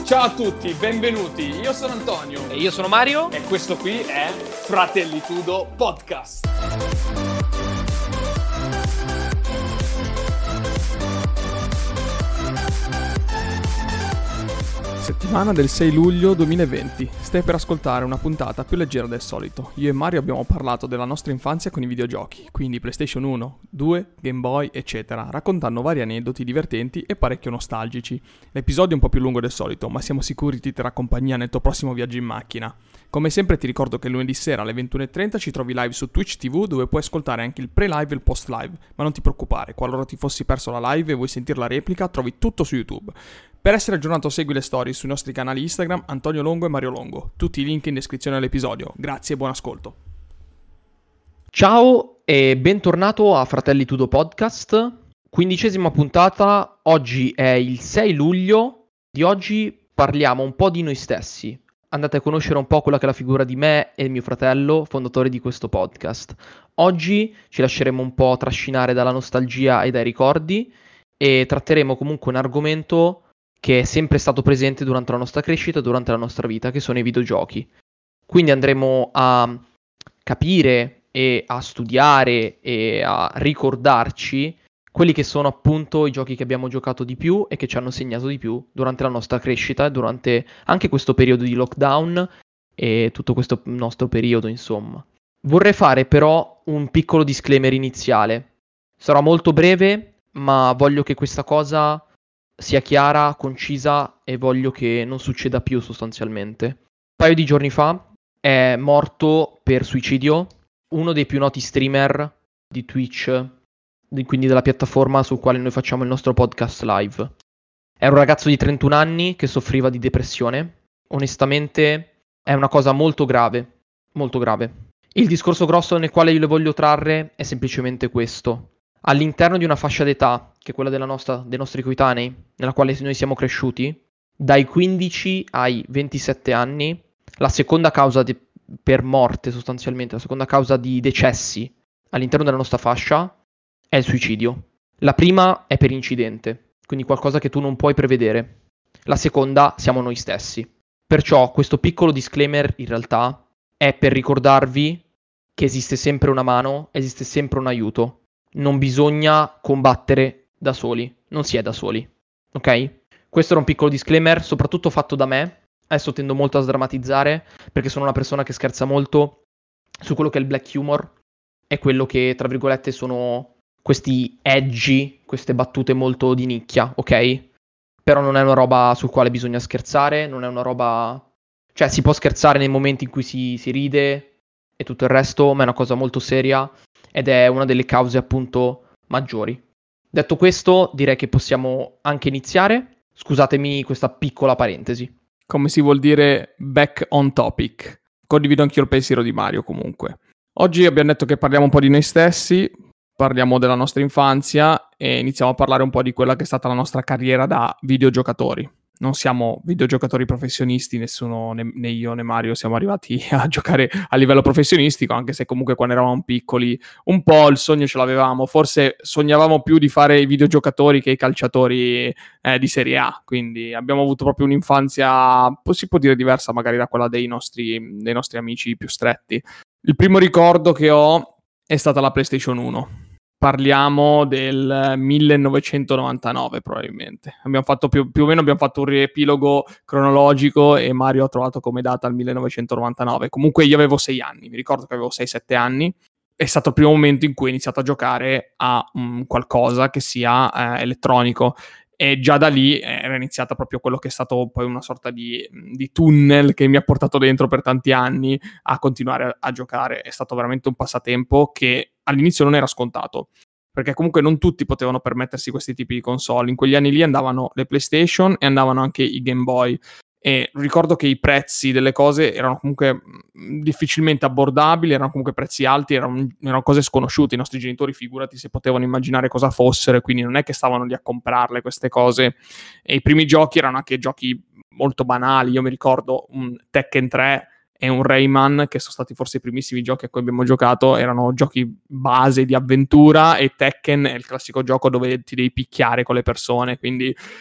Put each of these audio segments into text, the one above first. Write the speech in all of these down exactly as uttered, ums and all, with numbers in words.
Ciao a tutti, benvenuti. Io sono Antonio. E io sono Mario. E questo qui è Fratellitudo Podcast. Settimana del sei luglio duemilaventi. Stai per ascoltare una puntata più leggera del solito. Io e Mario abbiamo parlato della nostra infanzia con i videogiochi, quindi PlayStation uno, due, Game Boy, eccetera, raccontando vari aneddoti divertenti e parecchio nostalgici. L'episodio è un po' più lungo del solito, ma siamo sicuri ti terrà compagnia nel tuo prossimo viaggio in macchina. Come sempre ti ricordo che lunedì sera alle ventuno e trenta ci trovi live su Twitch ti vu, dove puoi ascoltare anche il pre-live e il post-live, ma non ti preoccupare, qualora ti fossi perso la live e vuoi sentire la replica, trovi tutto su YouTube. Per essere aggiornato segui le storie sui nostri canali Instagram Antonio Longo e Mario Longo, tutti i link in descrizione all'episodio. Grazie e buon ascolto. Ciao e bentornato a Fratellitudo Podcast, quindicesima puntata. Oggi è il sei luglio, di oggi parliamo un po' di noi stessi. Andate a conoscere un po' quella che è la figura di me e il mio fratello, fondatore di questo podcast. Oggi ci lasceremo un po' trascinare dalla nostalgia e dai ricordi e tratteremo comunque un argomento che è sempre stato presente durante la nostra crescita, durante la nostra vita, che sono i videogiochi. Quindi andremo a capire e a studiare e a ricordarci quelli che sono appunto i giochi che abbiamo giocato di più e che ci hanno segnato di più durante la nostra crescita e durante anche questo periodo di lockdown e tutto questo nostro periodo, insomma. Vorrei fare però un piccolo disclaimer iniziale. Sarò molto breve, ma voglio che questa cosa sia chiara, concisa e voglio che non succeda più sostanzialmente. Un paio di giorni fa è morto per suicidio uno dei più noti streamer di Twitch, di, quindi della piattaforma sul quale noi facciamo il nostro podcast live. Era un ragazzo di trentuno anni che soffriva di depressione. Onestamente è una cosa molto grave, molto grave. Il discorso grosso nel quale io le voglio trarre è semplicemente questo. All'interno di una fascia d'età, che è quella della nostra, dei nostri coetanei, nella quale noi siamo cresciuti, dai quindici ai ventisette anni, la seconda causa di, per morte sostanzialmente, la seconda causa di decessi all'interno della nostra fascia è il suicidio. La prima è per incidente, quindi qualcosa che tu non puoi prevedere. La seconda siamo noi stessi. Perciò questo piccolo disclaimer in realtà è per ricordarvi che esiste sempre una mano, esiste sempre un aiuto. Non bisogna combattere da soli, non si è da soli, ok? Questo era un piccolo disclaimer, soprattutto fatto da me. Adesso tendo molto a sdrammatizzare, perché sono una persona che scherza molto su quello che è il black humor e quello che, tra virgolette, sono questi edgy, queste battute molto di nicchia, ok? Però non è una roba sul quale bisogna scherzare, non è una roba... Cioè, si può scherzare nei momenti in cui si, si ride e tutto il resto, ma è una cosa molto seria. Ed è una delle cause appunto maggiori. Detto questo, direi che possiamo anche iniziare. Scusatemi questa piccola parentesi. Come si vuol dire back on topic. Condivido anch'io il pensiero di Mario comunque. Oggi abbiamo detto che parliamo un po' di noi stessi, parliamo della nostra infanzia e iniziamo a parlare un po' di quella che è stata la nostra carriera da videogiocatori. Non siamo videogiocatori professionisti, nessuno, né, né io né Mario siamo arrivati a giocare a livello professionistico, anche se comunque quando eravamo piccoli un po' il sogno ce l'avevamo, forse sognavamo più di fare i videogiocatori che i calciatori eh, di Serie A, quindi abbiamo avuto proprio un'infanzia, si può dire diversa magari da quella dei nostri, dei nostri amici più stretti. Il primo ricordo che ho è stata la PlayStation uno. Parliamo del millenovecentonovantanove probabilmente. Abbiamo fatto più, più o meno abbiamo fatto un riepilogo cronologico e Mario ha trovato come data il millenovecentonovantanove. Comunque io avevo sei anni, mi ricordo che avevo sei sette anni. È stato il primo momento in cui ho iniziato a giocare a um, qualcosa che sia eh, elettronico. E già da lì era iniziata proprio quello che è stato poi una sorta di, di tunnel che mi ha portato dentro per tanti anni a continuare a, a giocare. È stato veramente un passatempo che all'inizio non era scontato, perché comunque non tutti potevano permettersi questi tipi di console. In quegli anni lì andavano le PlayStation e andavano anche i Game Boy. E ricordo che i prezzi delle cose erano comunque difficilmente abbordabili, erano comunque prezzi alti, erano, erano cose sconosciute. I nostri genitori, figurati se potevano immaginare cosa fossero, e quindi non è che stavano lì a comprarle queste cose. E i primi giochi erano anche giochi molto banali. Io mi ricordo un Tekken tre e un Rayman, che sono stati forse i primissimi giochi a cui abbiamo giocato, erano giochi base di avventura, e Tekken è il classico gioco dove ti devi picchiare con le persone, quindi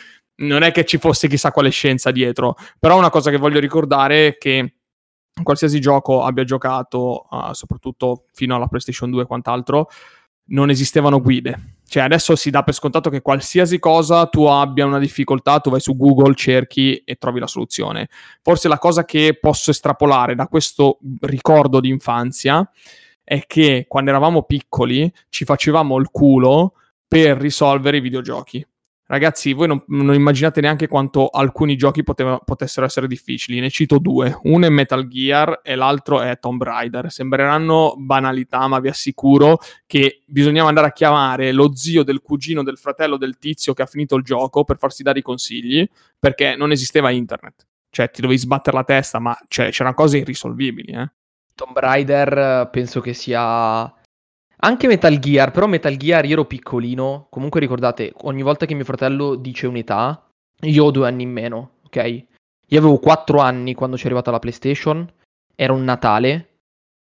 non è che ci fosse chissà quale scienza dietro, però una cosa che voglio ricordare è che qualsiasi gioco abbia giocato, uh, soprattutto fino alla PlayStation due e quant'altro, non esistevano guide. Cioè adesso si dà per scontato che qualsiasi cosa tu abbia una difficoltà, tu vai su Google, cerchi e trovi la soluzione. Forse la cosa che posso estrapolare da questo ricordo di infanzia è che quando eravamo piccoli ci facevamo il culo per risolvere i videogiochi. Ragazzi, voi non, non immaginate neanche quanto alcuni giochi poteva, potessero essere difficili. Ne cito due. Uno è Metal Gear e l'altro è Tomb Raider. Sembreranno banalità, ma vi assicuro che bisognava andare a chiamare lo zio del cugino del fratello del tizio che ha finito il gioco per farsi dare i consigli, perché non esisteva internet. Cioè, ti dovevi sbattere la testa, ma cioè, c'erano cose irrisolvibili, eh. Tomb Raider penso che sia... Anche Metal Gear, però Metal Gear io ero piccolino, comunque ricordate, ogni volta che mio fratello dice un'età, io ho due anni in meno, ok? Io avevo quattro anni quando ci è arrivata la PlayStation, era un Natale,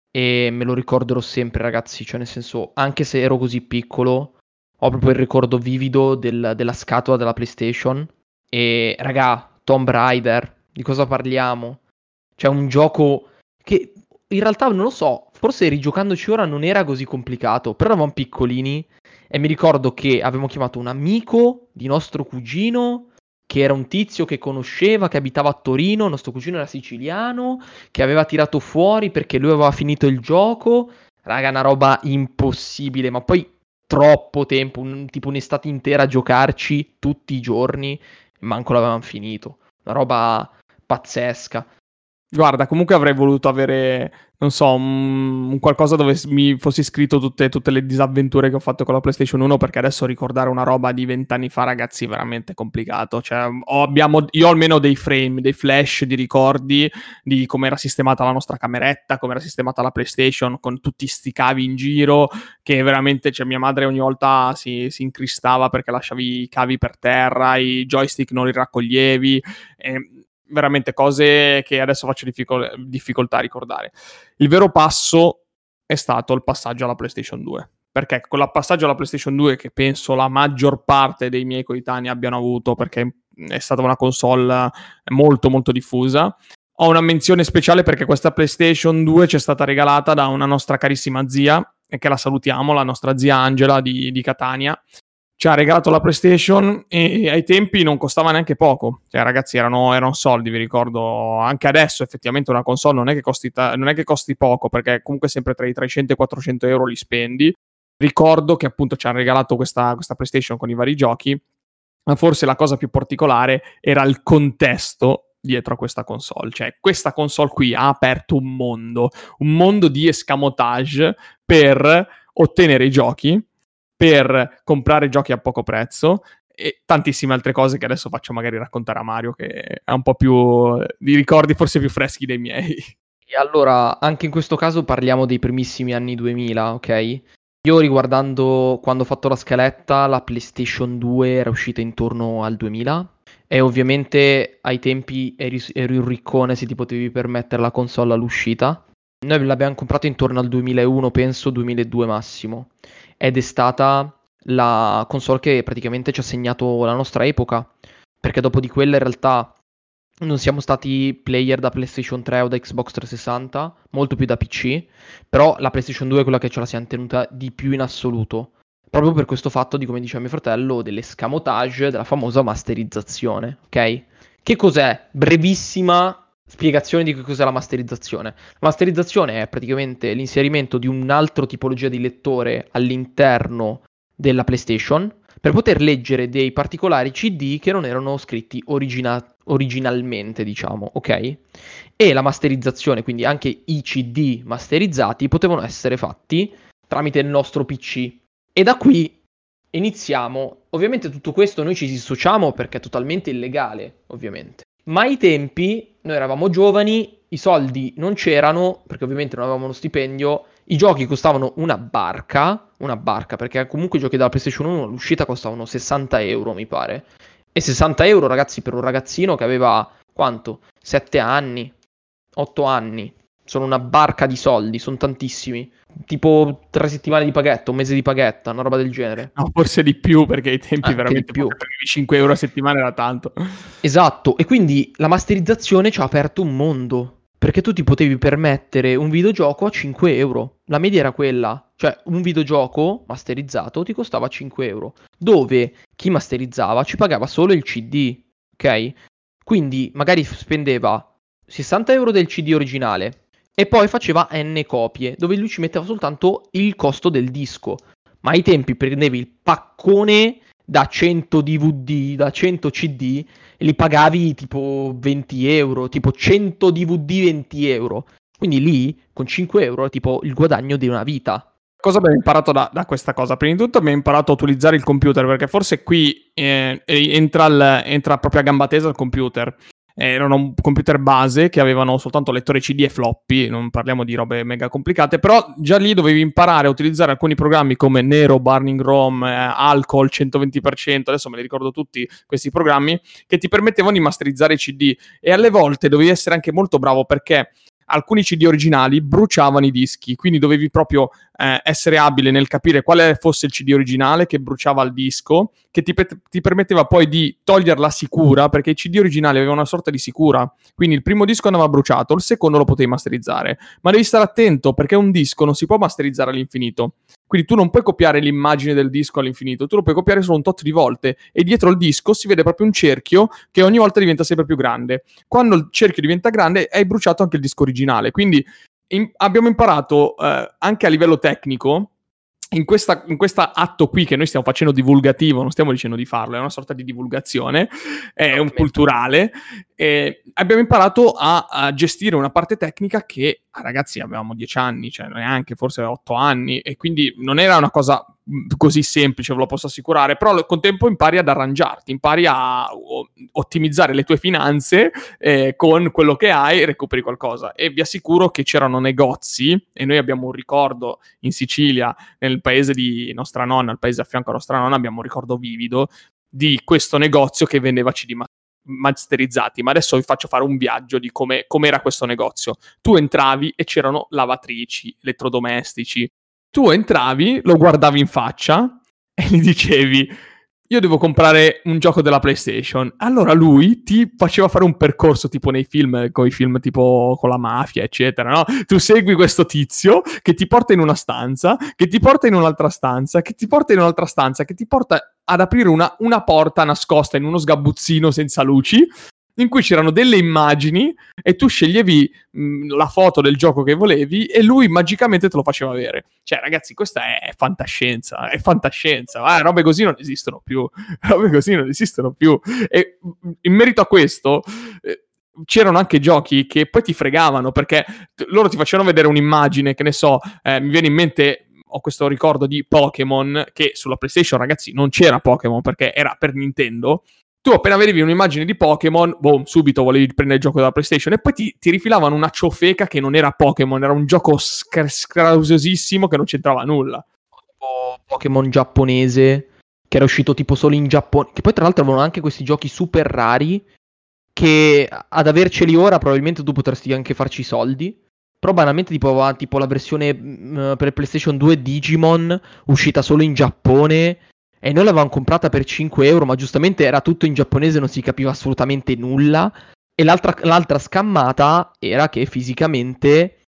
e me lo ricorderò sempre, ragazzi, cioè nel senso, anche se ero così piccolo, ho proprio il ricordo vivido del- della scatola della PlayStation, e raga, Tomb Raider, di cosa parliamo? Cioè un gioco che in realtà non lo so, forse rigiocandoci ora non era così complicato, però eravamo piccolini e mi ricordo che avevamo chiamato un amico di nostro cugino, che era un tizio che conosceva, che abitava a Torino, nostro cugino era siciliano, che aveva tirato fuori perché lui aveva finito il gioco. Raga, una roba impossibile, ma poi troppo tempo, un- tipo un'estate intera a giocarci tutti i giorni, e manco l'avevamo finito. Una roba pazzesca. Guarda, comunque avrei voluto avere, non so, un, un qualcosa dove s- mi fossi scritto tutte, tutte le disavventure che ho fatto con la PlayStation uno, perché adesso ricordare una roba di vent'anni fa, ragazzi, è veramente complicato. Cioè, ho, abbiamo, io ho almeno dei frame, dei flash di ricordi di come era sistemata la nostra cameretta, come era sistemata la PlayStation, con tutti sti cavi in giro, che veramente, cioè, mia madre ogni volta si, si incristava perché lasciavi i cavi per terra, i joystick non li raccoglievi, e veramente cose che adesso faccio difficol- difficoltà a ricordare. Il vero passo è stato il passaggio alla PlayStation due, perché con il passaggio alla PlayStation due, che penso la maggior parte dei miei coetanei abbiano avuto, perché è stata una console molto molto diffusa, ho una menzione speciale perché questa PlayStation due ci è stata regalata da una nostra carissima zia, e che la salutiamo, la nostra zia Angela di, di Catania. Ci ha regalato la PlayStation e ai tempi non costava neanche poco. Cioè, ragazzi, erano, erano soldi, vi ricordo. Anche adesso, effettivamente, una console non è che costi, ta- non è che costi poco, perché comunque sempre tra i trecento e i quattrocento euro li spendi. Ricordo che appunto ci hanno regalato questa, questa PlayStation con i vari giochi, ma forse la cosa più particolare era il contesto dietro a questa console. Cioè, questa console qui ha aperto un mondo, un mondo di escamotage per ottenere i giochi, per comprare giochi a poco prezzo e tantissime altre cose che adesso faccio magari raccontare a Mario, che è un po' più di ricordi forse più freschi dei miei. E allora, anche in questo caso parliamo dei primissimi anni duemila, ok? Io riguardando quando ho fatto la scaletta, la PlayStation due era uscita intorno al duemila e ovviamente ai tempi eri, eri un riccone se ti potevi permettere la console all'uscita. Noi l'abbiamo comprata intorno al duemilauno, penso, duemiladue massimo. Ed è stata la console che praticamente ci ha segnato la nostra epoca, perché dopo di quella in realtà non siamo stati player da PlayStation tre o da Xbox trecentosessanta, molto più da P C, però la PlayStation due è quella che ce la siamo tenuta di più in assoluto, proprio per questo fatto di, come diceva mio fratello, dell'escamotage, della famosa masterizzazione, ok? Che cos'è? Brevissima spiegazione di che cos'è la masterizzazione. La masterizzazione è praticamente l'inserimento di un altro tipologia di lettore all'interno della PlayStation per poter leggere dei particolari C D che non erano scritti origina- originalmente, diciamo, ok? E la masterizzazione, quindi anche i C D masterizzati, potevano essere fatti tramite il nostro P C. E da qui iniziamo. Ovviamente tutto questo noi ci dissociamo perché è totalmente illegale, ovviamente. Ma ai tempi noi eravamo giovani, i soldi non c'erano, perché ovviamente non avevamo uno stipendio, i giochi costavano una barca, una barca, perché comunque i giochi della PlayStation uno all'uscita costavano sessanta euro, mi pare. E sessanta euro, ragazzi, per un ragazzino che aveva, quanto? sette anni, otto anni. sono una barca di soldi, sono tantissimi. Tipo tre settimane di paghetta, un mese di paghetta, una roba del genere. No, forse di più, perché ai tempi Anche veramente di più. cinque euro a settimana era tanto. Esatto, e quindi la masterizzazione ci ha aperto un mondo, perché tu ti potevi permettere un videogioco a cinque euro. La media era quella, cioè un videogioco masterizzato ti costava cinque euro, dove chi masterizzava ci pagava solo il C D, ok? Quindi magari spendeva sessanta euro del C D originale e poi faceva N copie, dove lui ci metteva soltanto il costo del disco. Ma ai tempi prendevi il paccone da cento D V D, da cento C D, e li pagavi tipo venti euro, tipo cento D V D venti euro. Quindi lì, con cinque euro, è tipo il guadagno di una vita. Cosa abbiamo imparato da, da questa cosa? Prima di tutto abbiamo imparato a utilizzare il computer, perché forse qui eh, entra, il, entra proprio a gamba tesa il computer. Erano un computer base che avevano soltanto lettore C D e floppy, non parliamo di robe mega complicate, però già lì dovevi imparare a utilizzare alcuni programmi come Nero, Burning Rom, eh, Alcohol centoventi per cento, adesso me li ricordo tutti questi programmi, che ti permettevano di masterizzare i C D, e alle volte dovevi essere anche molto bravo, perché alcuni C D originali bruciavano i dischi, quindi dovevi proprio eh, essere abile nel capire quale fosse il C D originale che bruciava il disco, che ti, pe- ti permetteva poi di toglierla sicura, perché i C D originali avevano una sorta di sicura, quindi il primo disco andava bruciato, il secondo lo potevi masterizzare, ma devi stare attento, perché un disco non si può masterizzare all'infinito. Quindi tu non puoi copiare l'immagine del disco all'infinito, tu lo puoi copiare solo un tot di volte, e dietro il disco si vede proprio un cerchio che ogni volta diventa sempre più grande. Quando il cerchio diventa grande hai bruciato anche il disco originale, quindi in, abbiamo imparato eh, anche a livello tecnico, in questa, in questo atto qui che noi stiamo facendo divulgativo, non stiamo dicendo di farlo, è una sorta di divulgazione, è un culturale, eh, abbiamo imparato a, a gestire una parte tecnica che, ah, ragazzi, avevamo dieci anni, cioè neanche, forse otto anni, e quindi non era una cosa così semplice, ve lo posso assicurare, però al contempo impari ad arrangiarti, impari a o, ottimizzare le tue finanze eh, con quello che hai e recuperi qualcosa. E vi assicuro che c'erano negozi, e noi abbiamo un ricordo in Sicilia, nel paese di nostra nonna, il paese a fianco a nostra nonna, abbiamo un ricordo vivido di questo negozio che vendeva C D masterizzati. Ma adesso vi faccio fare un viaggio di come era questo negozio. Tu entravi e c'erano lavatrici, elettrodomestici. Tu entravi, lo guardavi in faccia e gli dicevi: io devo comprare un gioco della PlayStation. Allora lui ti faceva fare un percorso tipo nei film, con i film tipo con la mafia, eccetera, no? Tu segui questo tizio che ti porta in una stanza, che ti porta in un'altra stanza, che ti porta in un'altra stanza, che ti porta ad aprire una, una porta nascosta in uno sgabuzzino senza luci, in cui c'erano delle immagini e tu sceglievi mh, la foto del gioco che volevi e lui magicamente te lo faceva avere. Cioè, ragazzi, questa è, è fantascienza, è fantascienza. Ah, robe così non esistono più, robe così non esistono più. E in merito a questo eh, c'erano anche giochi che poi ti fregavano, perché t- loro ti facevano vedere un'immagine, che ne so, eh, mi viene in mente, ho questo ricordo di Pokémon, che sulla PlayStation, ragazzi, non c'era Pokémon perché era per Nintendo. Tu appena vedevi un'immagine di Pokémon, boom, subito volevi prendere il gioco della PlayStation, e poi ti, ti rifilavano una ciofeca che non era Pokémon, era un gioco sc- scrausosissimo che non c'entrava nulla. Tipo Pokémon giapponese, che era uscito tipo solo in Giappone, che poi tra l'altro avevano anche questi giochi super rari, che ad averceli ora probabilmente tu potresti anche farci i soldi, però banalmente tipo, aveva, tipo la versione mh, per PlayStation due Digimon, uscita solo in Giappone, e noi l'avevamo comprata per cinque euro, ma giustamente era tutto in giapponese, non si capiva assolutamente nulla. E l'altra, l'altra scammata era che fisicamente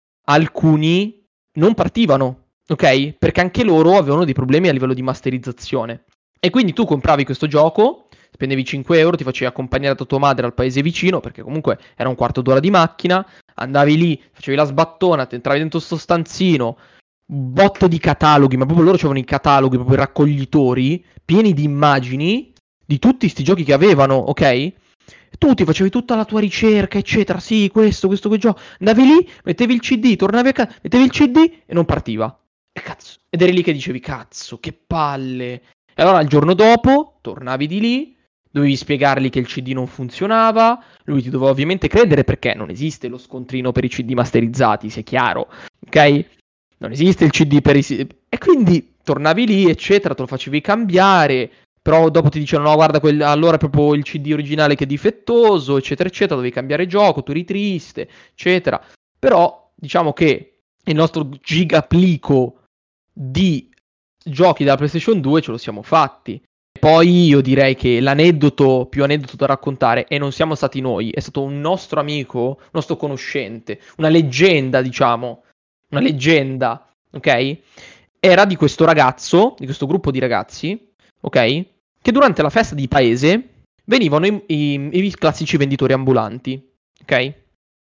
alcuni non partivano, ok? Perché anche loro avevano dei problemi a livello di masterizzazione. E quindi tu compravi questo gioco, spendevi cinque euro, ti facevi accompagnare da tua madre al paese vicino, perché comunque era un quarto d'ora di macchina, andavi lì, facevi la sbattona, ti entravi dentro sto stanzino, botto di cataloghi, ma proprio loro avevano i cataloghi, proprio i raccoglitori, pieni di immagini di tutti sti giochi che avevano, ok? Tu ti facevi tutta la tua ricerca, eccetera, sì, questo, questo, quel gioco, andavi lì, mettevi il C D, tornavi a casa, mettevi il C D e non partiva. E cazzo, ed eri lì che dicevi, cazzo, che palle. E allora il giorno dopo, tornavi di lì, dovevi spiegargli che il C D non funzionava, lui ti doveva ovviamente credere perché non esiste lo scontrino per i C D masterizzati, sia chiaro, ok? Non esiste il C D per i... E quindi tornavi lì, eccetera, te lo facevi cambiare, però dopo ti dicevano, no, guarda, quel... allora è proprio il C D originale che è difettoso, eccetera, eccetera, dovevi cambiare gioco, tu eri triste, eccetera. Però diciamo che il nostro gigaplico di giochi della PlayStation due ce lo siamo fatti. Poi io direi che l'aneddoto, più aneddoto da raccontare, e non siamo stati noi, è stato un nostro amico, un nostro conoscente, una leggenda, diciamo, una leggenda, ok? Era di questo ragazzo, di questo gruppo di ragazzi, ok? Che durante la festa di paese venivano i, i, i classici venditori ambulanti, ok?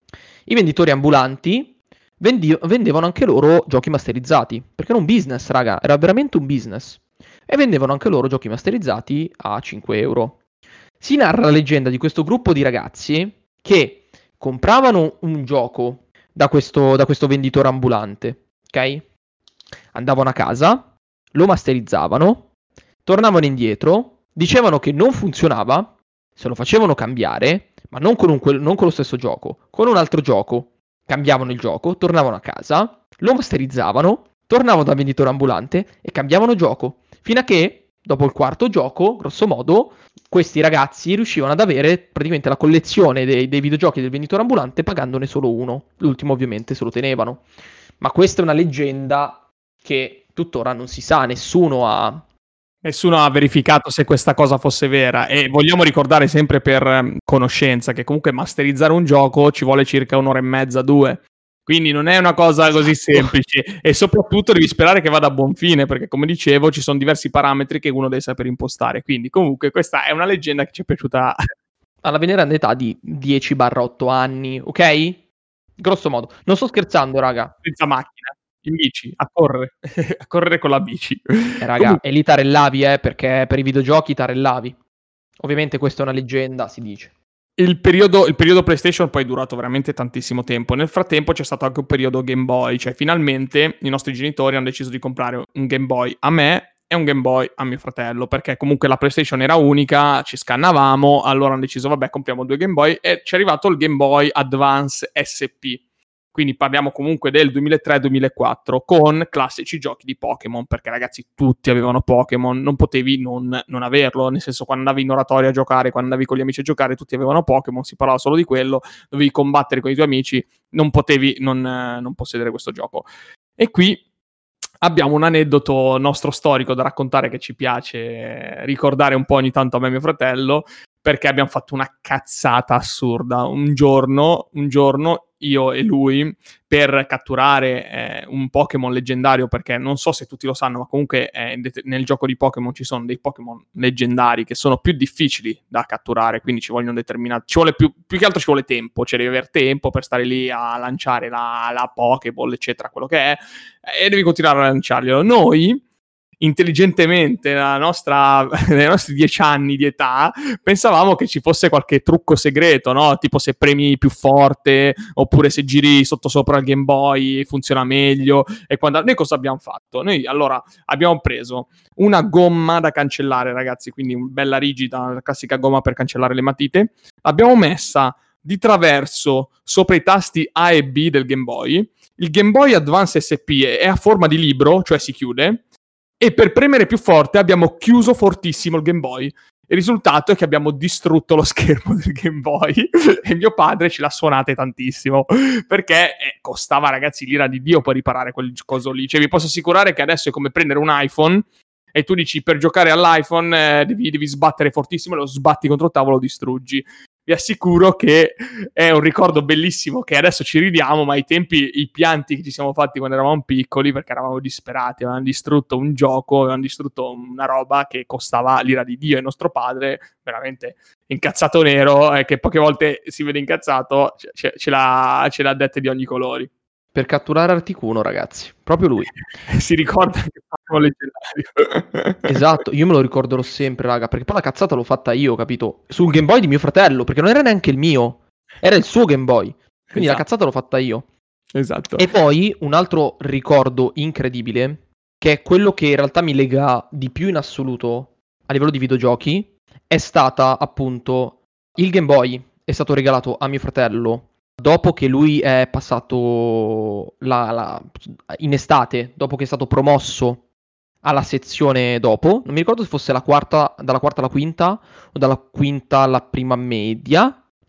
I venditori ambulanti vendi- vendevano anche loro giochi masterizzati, perché era un business, raga, era veramente un business. E vendevano anche loro giochi masterizzati a cinque euro. Si narra la leggenda di questo gruppo di ragazzi che compravano un gioco da questo, da questo venditore ambulante, ok? Andavano a casa, lo masterizzavano, tornavano indietro, dicevano che non funzionava, se lo facevano cambiare, ma non con, un, non con lo stesso gioco, con un altro gioco. Cambiavano il gioco, tornavano a casa, lo masterizzavano, tornavano dal venditore ambulante e cambiavano gioco. Fino a che, dopo il quarto gioco, grosso modo, questi ragazzi riuscivano ad avere praticamente la collezione dei, dei videogiochi del venditore ambulante pagandone solo uno. L'ultimo ovviamente se lo tenevano. Ma questa è una leggenda che tuttora non si sa, nessuno ha... Nessuno ha verificato se questa cosa fosse vera, e vogliamo ricordare sempre per um, conoscenza che comunque masterizzare un gioco ci vuole circa un'ora e mezza, due. Quindi non è una cosa così semplice, e soprattutto devi sperare che vada a buon fine, perché come dicevo ci sono diversi parametri che uno deve saper impostare. Quindi comunque questa è una leggenda che ci è piaciuta. Alla veneranda età di dieci otto anni, ok? Grosso modo. Non sto scherzando, raga. Senza macchina, in bici, a correre, a correre con la bici. Eh, raga, Comunque, e lì tarellavi, eh, perché per i videogiochi tarellavi. Ovviamente questa è una leggenda, si dice. Il periodo, il periodo PlayStation poi è durato veramente tantissimo tempo. Nel frattempo c'è stato anche un periodo Game Boy, cioè finalmente i nostri genitori hanno deciso di comprare un Game Boy a me e un Game Boy a mio fratello, perché comunque la PlayStation era unica, ci scannavamo, allora hanno deciso vabbè compriamo due Game Boy, e ci è arrivato il Game Boy Advance S P. Quindi parliamo comunque del duemilatré duemilaquattro, con classici giochi di Pokémon, perché ragazzi tutti avevano Pokémon, non potevi non, non averlo, nel senso quando andavi in oratorio a giocare, quando andavi con gli amici a giocare, tutti avevano Pokémon, si parlava solo di quello, dovevi combattere con i tuoi amici, non potevi non, non possedere questo gioco. E qui abbiamo un aneddoto nostro storico da raccontare che ci piace ricordare un po' ogni tanto a me e mio fratello, perché abbiamo fatto una cazzata assurda. Un giorno, un giorno io e lui, per catturare eh, un Pokémon leggendario, perché non so se tutti lo sanno, ma comunque eh, nel gioco di Pokémon ci sono dei Pokémon leggendari che sono più difficili da catturare, quindi ci vogliono determinati, ci vuole più, più che altro ci vuole tempo, cioè devi avere tempo per stare lì a lanciare la, la Pokéball, eccetera, quello che è, e devi continuare a lanciarglielo. Noi intelligentemente nella nostra, nei nostri dieci anni di età pensavamo che ci fosse qualche trucco segreto, no? Tipo se premi più forte oppure se giri sotto sopra il Game Boy funziona meglio. E quando... noi cosa abbiamo fatto? Noi allora abbiamo preso una gomma da cancellare, ragazzi, quindi bella rigida, la classica gomma per cancellare le matite, l'abbiamo messa di traverso sopra i tasti A e B del Game Boy. Il Game Boy Advance S P è a forma di libro, cioè si chiude, e per premere più forte abbiamo chiuso fortissimo il Game Boy. Il risultato è che abbiamo distrutto lo schermo del Game Boy e mio padre ce l'ha suonate tantissimo, perché eh, costava, ragazzi, l'ira di Dio per riparare quel coso lì. Cioè vi posso assicurare che adesso è come prendere un iPhone e tu dici per giocare all'iPhone eh, devi, devi sbattere fortissimo, lo sbatti contro il tavolo, lo distruggi. Vi assicuro che è un ricordo bellissimo, che adesso ci ridiamo, ma ai tempi i pianti che ci siamo fatti quando eravamo piccoli, perché eravamo disperati, avevano distrutto un gioco, avevano distrutto una roba che costava l'ira di Dio, e nostro padre, veramente incazzato nero, eh, che poche volte si vede incazzato, ce, ce, l'ha, ce l'ha dette di ogni colori. Per catturare Articuno, ragazzi, proprio lui. Si ricorda che Pokémon leggendario. Esatto, io me lo ricorderò sempre, raga, perché poi la cazzata l'ho fatta io, capito? Sul Game Boy di mio fratello, perché non era neanche il mio, era il suo Game Boy. Quindi esatto. La cazzata l'ho fatta io. Esatto. E poi un altro ricordo incredibile, che è quello che in realtà mi lega di più in assoluto a livello di videogiochi, è stata appunto il Game Boy. È stato regalato a mio fratello dopo che lui è passato la, la, in estate, dopo che è stato promosso alla sezione dopo, non mi ricordo se fosse la quarta, dalla quarta alla quinta o dalla quinta alla prima media,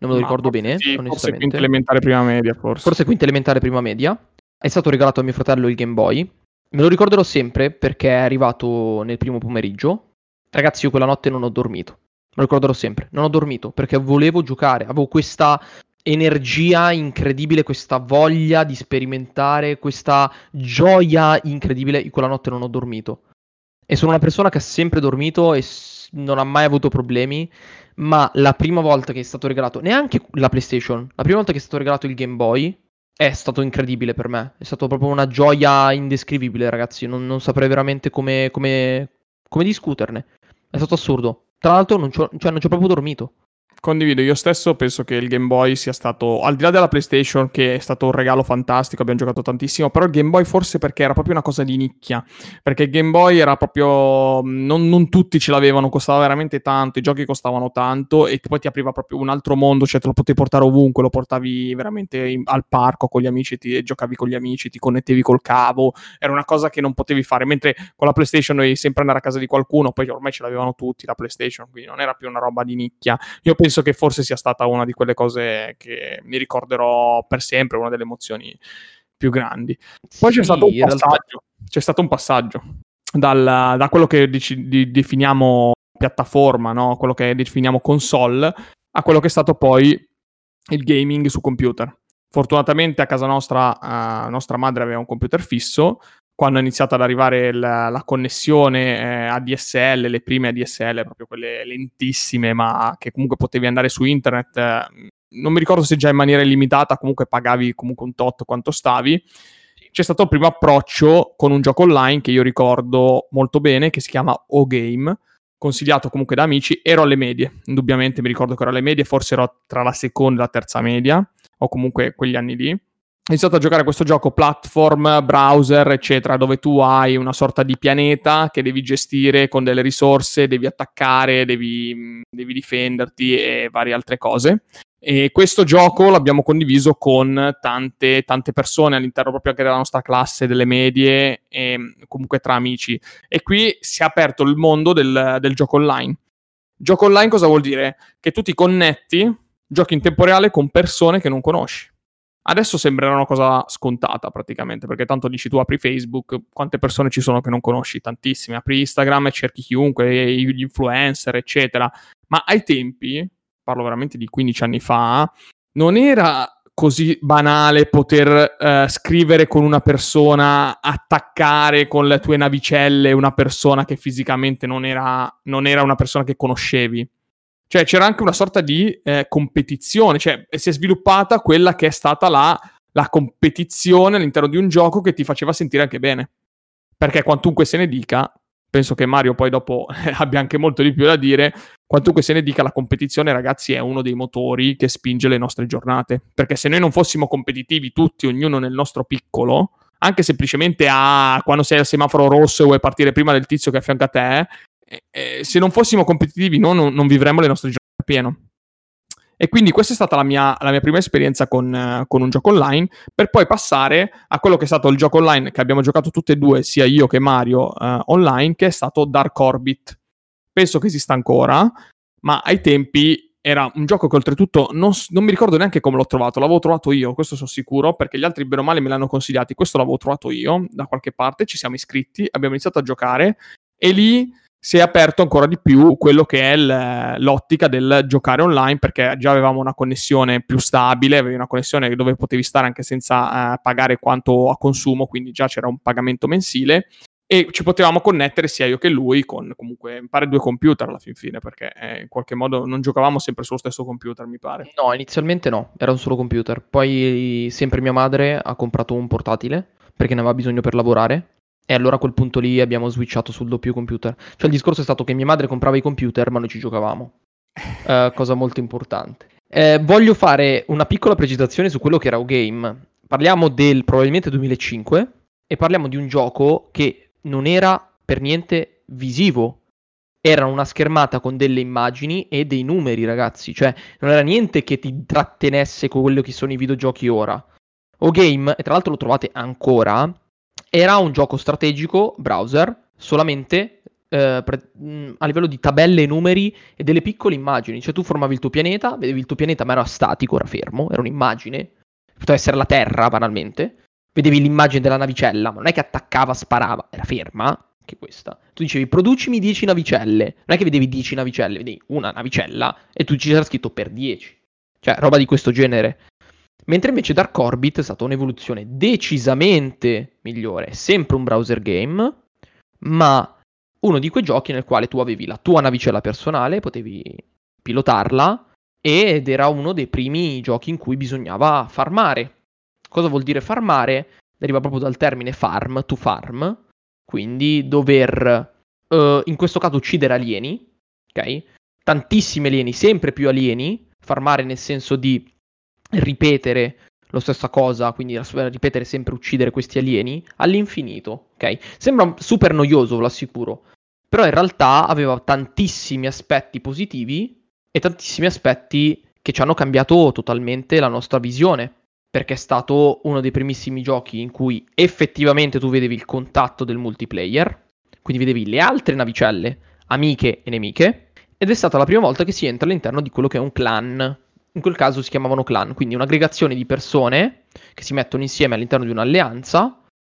non me lo Ma ricordo forse bene, sì, forse onestamente. quinta elementare, prima media, forse. Forse quinta elementare, prima media. È stato regalato a mio fratello il Game Boy. Me lo ricorderò sempre perché è arrivato nel primo pomeriggio. Ragazzi, io quella notte non ho dormito. Me lo ricorderò sempre. Non ho dormito perché volevo giocare. Avevo questa energia incredibile, questa voglia di sperimentare, questa gioia incredibile. Io quella notte non ho dormito. E sono una persona che ha sempre dormito e s- non ha mai avuto problemi. Ma la prima volta che è stato regalato, neanche la PlayStation, la prima volta che è stato regalato il Game Boy è stato incredibile per me. È stato proprio una gioia indescrivibile, ragazzi. Non, non saprei veramente come, come, come discuterne. È stato assurdo. Tra l'altro, non ci ho, cioè, non ci ho proprio dormito. Condivido, io stesso penso che il Game Boy sia stato, al di là della PlayStation, che è stato un regalo fantastico, abbiamo giocato tantissimo, però il Game Boy forse perché era proprio una cosa di nicchia, perché il Game Boy era proprio, non, non tutti ce l'avevano, costava veramente tanto, i giochi costavano tanto e poi ti apriva proprio un altro mondo, cioè te lo potevi portare ovunque, lo portavi veramente in, al parco con gli amici, ti, giocavi con gli amici, ti connettevi col cavo, era una cosa che non potevi fare, mentre con la PlayStation dovevi sempre andare a casa di qualcuno, poi ormai ce l'avevano tutti la PlayStation, quindi non era più una roba di nicchia. Io penso che forse sia stata una di quelle cose che mi ricorderò per sempre, una delle emozioni più grandi. Poi Sì, c'è stato un in realtà. passaggio, c'è stato un passaggio dal, da quello che dici- di- definiamo piattaforma, no? Quello che definiamo console, a quello che è stato poi il gaming su computer. Fortunatamente a casa nostra, uh, nostra madre aveva un computer fisso. Quando è iniziata ad arrivare la, la connessione eh, A D S L, le prime A D S L, proprio quelle lentissime, ma che comunque potevi andare su internet, eh, non mi ricordo se già in maniera illimitata, comunque pagavi comunque un tot quanto stavi. C'è stato il primo approccio con un gioco online che io ricordo molto bene, che si chiama O-Game, consigliato comunque da amici. Ero alle medie, indubbiamente mi ricordo che ero alle medie, forse ero tra la seconda e la terza media, o comunque quegli anni lì. Ho iniziato a giocare a questo gioco platform, browser, eccetera, dove tu hai una sorta di pianeta che devi gestire con delle risorse, devi attaccare, devi, devi difenderti e varie altre cose. E questo gioco l'abbiamo condiviso con tante, tante persone all'interno proprio anche della nostra classe, delle medie e comunque tra amici. E qui si è aperto il mondo del, del gioco online. Gioco online cosa vuol dire? Che tu ti connetti, giochi in tempo reale con persone che non conosci. Adesso sembrerà una cosa scontata praticamente, perché tanto dici tu apri Facebook, quante persone ci sono che non conosci? Tantissime. Apri Instagram e cerchi chiunque, gli influencer, eccetera. Ma ai tempi, parlo veramente di quindici anni fa, non era così banale poter eh, scrivere con una persona, attaccare con le tue navicelle una persona che fisicamente non era, non era una persona che conoscevi. Cioè c'era anche una sorta di eh, competizione, cioè si è sviluppata quella che è stata la, la competizione all'interno di un gioco che ti faceva sentire anche bene. Perché quantunque se ne dica, penso che Mario poi dopo abbia anche molto di più da dire, quantunque se ne dica la competizione, ragazzi, è uno dei motori che spinge le nostre giornate. Perché se noi non fossimo competitivi tutti, ognuno nel nostro piccolo, anche semplicemente a quando sei al semaforo rosso e vuoi partire prima del tizio che è a fianco a te, eh, se non fossimo competitivi no, non, non vivremmo le nostre giornate a pieno. E quindi questa è stata la mia, la mia prima esperienza con, uh, con un gioco online, per poi passare a quello che è stato il gioco online che abbiamo giocato tutte e due, sia io che Mario, uh, online, che è stato Dark Orbit. Penso che esista ancora, ma ai tempi era un gioco che oltretutto non, non mi ricordo neanche come l'ho trovato, l'avevo trovato io, questo sono sicuro, perché gli altri bene o male me l'hanno consigliati, questo l'avevo trovato io da qualche parte, ci siamo iscritti, abbiamo iniziato a giocare e lì si è aperto ancora di più quello che è il, l'ottica del giocare online, perché già avevamo una connessione più stabile, avevi una connessione dove potevi stare anche senza eh, pagare quanto a consumo, quindi già c'era un pagamento mensile e ci potevamo connettere sia io che lui con comunque mi pare due computer alla fin fine, perché eh, in qualche modo non giocavamo sempre sullo stesso computer, mi pare. No, inizialmente no, era un solo computer. Poi sempre mia madre ha comprato un portatile perché ne aveva bisogno per lavorare. E allora a quel punto lì abbiamo switchato sul doppio computer. Cioè il discorso è stato che mia madre comprava i computer ma noi ci giocavamo. Uh, cosa molto importante. Eh, voglio fare una piccola precisazione su quello che era O-Game. Parliamo del probabilmente duemilacinque e parliamo di un gioco che non era per niente visivo. Era una schermata con delle immagini e dei numeri, ragazzi. Cioè non era niente che ti intrattenesse con quello che sono i videogiochi ora. O-Game, e tra l'altro lo trovate ancora, era un gioco strategico browser, solamente eh, pre- mh, a livello di tabelle e numeri e delle piccole immagini. Cioè tu formavi il tuo pianeta, vedevi il tuo pianeta ma era statico, era fermo, era un'immagine. Poteva essere la Terra, banalmente. Vedevi l'immagine della navicella, ma non è che attaccava, sparava, era ferma, anche questa. Tu dicevi, producimi dieci navicelle. Non è che vedevi dieci navicelle, vedevi una navicella e tu ci c'era scritto per dieci. Cioè, roba di questo genere. Mentre invece Dark Orbit è stata un'evoluzione decisamente migliore. Sempre un browser game, ma uno di quei giochi nel quale tu avevi la tua navicella personale, potevi pilotarla, ed era uno dei primi giochi in cui bisognava farmare. Cosa vuol dire farmare? Deriva proprio dal termine farm, to farm, quindi dover, uh, in questo caso, uccidere alieni, ok? Tantissimi alieni, sempre più alieni, farmare nel senso di ripetere la stessa cosa, quindi ripetere sempre uccidere questi alieni, all'infinito, ok? Sembra super noioso, ve lo assicuro, però in realtà aveva tantissimi aspetti positivi e tantissimi aspetti che ci hanno cambiato totalmente la nostra visione. Perché è stato uno dei primissimi giochi in cui effettivamente tu vedevi il contatto del multiplayer, quindi vedevi le altre navicelle, amiche e nemiche, ed è stata la prima volta che si entra all'interno di quello che è un clan. In quel caso si chiamavano clan, quindi un'aggregazione di persone che si mettono insieme all'interno di un'alleanza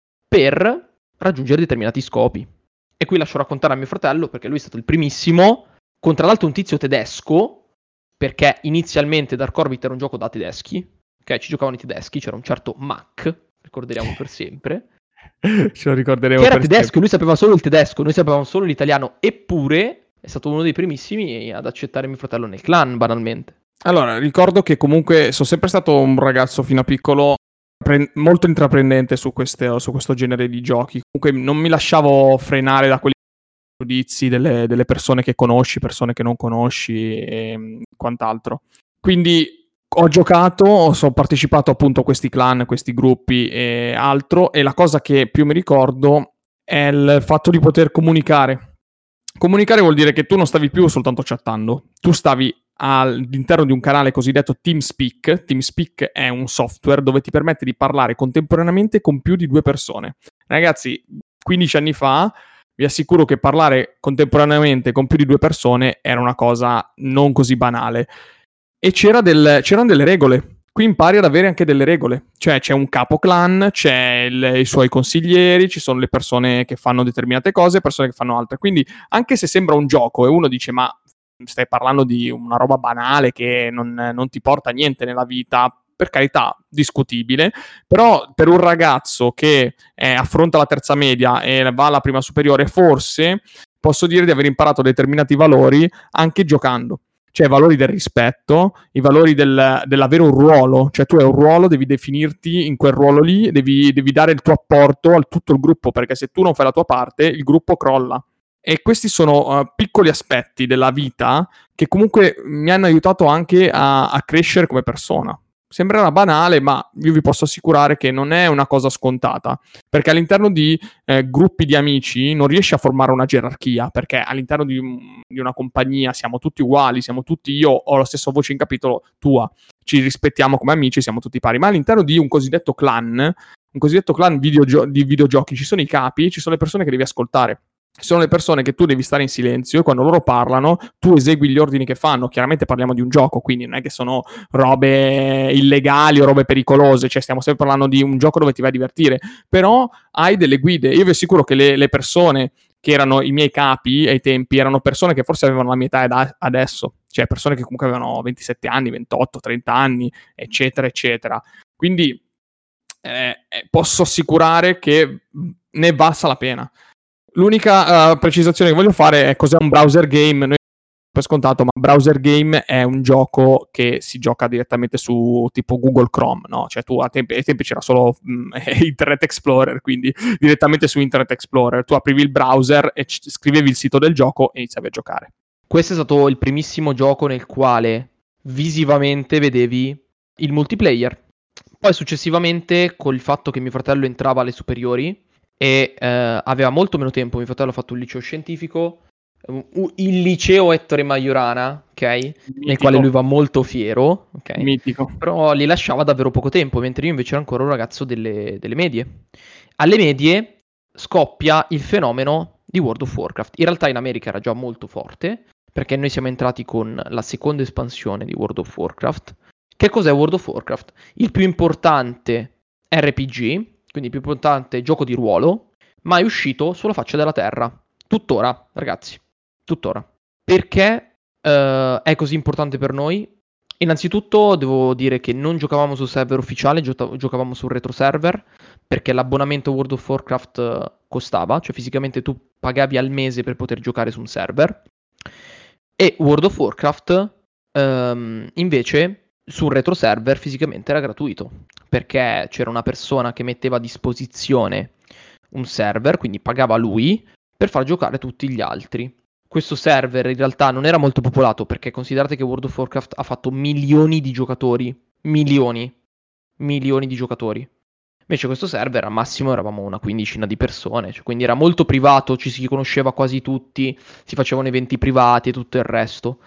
per raggiungere determinati scopi. E qui lascio raccontare a mio fratello, perché lui è stato il primissimo, con tra l'altro un tizio tedesco, perché inizialmente Dark Orbit era un gioco da tedeschi. Ok, ci giocavano i tedeschi, c'era un certo Mac, ricorderemo per sempre. Ce lo ricorderemo che era per tedesco, sempre. Lui sapeva solo il tedesco, noi sapevamo solo l'italiano, eppure è stato uno dei primissimi ad accettare mio fratello nel clan, banalmente. Allora, ricordo che comunque sono sempre stato un ragazzo fino a piccolo pre- molto intraprendente su, queste, su questo genere di giochi. Comunque non mi lasciavo frenare da quelli giudizi delle, delle persone che conosci, persone che non conosci e quant'altro. Quindi ho giocato, ho partecipato appunto a questi clan, questi gruppi e altro, e la cosa che più mi ricordo è il fatto di poter comunicare. Comunicare vuol dire che tu non stavi più soltanto chattando, tu stavi all'interno di un canale cosiddetto TeamSpeak. TeamSpeak è un software dove ti permette di parlare contemporaneamente con più di due persone. Ragazzi, quindici anni fa vi assicuro che parlare contemporaneamente con più di due persone era una cosa non così banale. E c'era del, c'erano delle regole. Qui impari ad avere anche delle regole. Cioè c'è un capo clan, c'è il, i suoi consiglieri, ci sono le persone che fanno determinate cose e persone che fanno altre. Quindi anche se sembra un gioco e uno dice ma stai parlando di una roba banale che non, non ti porta a niente nella vita, per carità, discutibile, però per un ragazzo che eh, affronta la terza media e va alla prima superiore, forse posso dire di aver imparato determinati valori anche giocando. Cioè i valori del rispetto, i valori del, dell'avere un ruolo, cioè tu hai un ruolo, devi definirti in quel ruolo lì, devi, devi dare il tuo apporto a tutto il gruppo, perché se tu non fai la tua parte, il gruppo crolla. E questi sono uh, piccoli aspetti della vita che comunque mi hanno aiutato anche a, a crescere come persona. Sembrerà banale, ma io vi posso assicurare che non è una cosa scontata, perché all'interno di eh, gruppi di amici non riesci a formare una gerarchia, perché all'interno di, un, di una compagnia siamo tutti uguali, siamo tutti, io ho la stessa voce in capitolo tua, ci rispettiamo come amici, siamo tutti pari, ma all'interno di un cosiddetto clan, un cosiddetto clan videogio- di videogiochi, ci sono i capi, ci sono le persone che devi ascoltare. Sono le persone che tu devi stare in silenzio e quando loro parlano tu esegui gli ordini che fanno. Chiaramente parliamo di un gioco, quindi non è che sono robe illegali o robe pericolose, cioè stiamo sempre parlando di un gioco dove ti vai a divertire, però hai delle guide. Io vi assicuro che le, le persone che erano i miei capi ai tempi erano persone che forse avevano la mia età adesso, cioè persone che comunque avevano ventisette anni, ventotto, trenta anni, eccetera, eccetera. Quindi eh, posso assicurare che ne valsa la pena. L'unica uh, precisazione che voglio fare è cos'è un browser game. Noi per scontato, ma browser game è un gioco che si gioca direttamente su tipo Google Chrome, no? Cioè tu a tempi, ai tempi c'era solo mh, Internet Explorer, quindi direttamente su Internet Explorer tu aprivi il browser e c- scrivevi il sito del gioco e iniziavi a giocare. Questo è stato il primissimo gioco nel quale visivamente vedevi il multiplayer. Poi successivamente, col fatto che mio fratello entrava alle superiori e eh, aveva molto meno tempo, mio fratello ha fatto un liceo scientifico, uh, il liceo Ettore Majorana, ok? Mitico. Nel quale lui va molto fiero, ok? Mitico. Però gli lasciava davvero poco tempo, mentre io invece ero ancora un ragazzo delle, delle medie. Alle medie scoppia il fenomeno di World of Warcraft. In realtà in America era già molto forte, perché noi siamo entrati con la seconda espansione di World of Warcraft. Che cos'è World of Warcraft? Il più importante R P G, quindi il più importante gioco di ruolo, mai uscito sulla faccia della Terra. Tuttora, ragazzi, tuttora. Perché uh, è così importante per noi? Innanzitutto devo dire che non giocavamo sul server ufficiale, gio- giocavamo sul retro server, perché l'abbonamento World of Warcraft uh, costava, cioè fisicamente tu pagavi al mese per poter giocare su un server. E World of Warcraft um, invece sul retro server fisicamente era gratuito, perché c'era una persona che metteva a disposizione un server, quindi pagava lui per far giocare tutti gli altri. Questo server in realtà non era molto popolato, perché considerate che World of Warcraft ha fatto milioni di giocatori, milioni, milioni di giocatori. Invece questo server al massimo eravamo una quindicina di persone, cioè, quindi era molto privato, ci si conosceva quasi tutti, si facevano eventi privati e tutto il resto.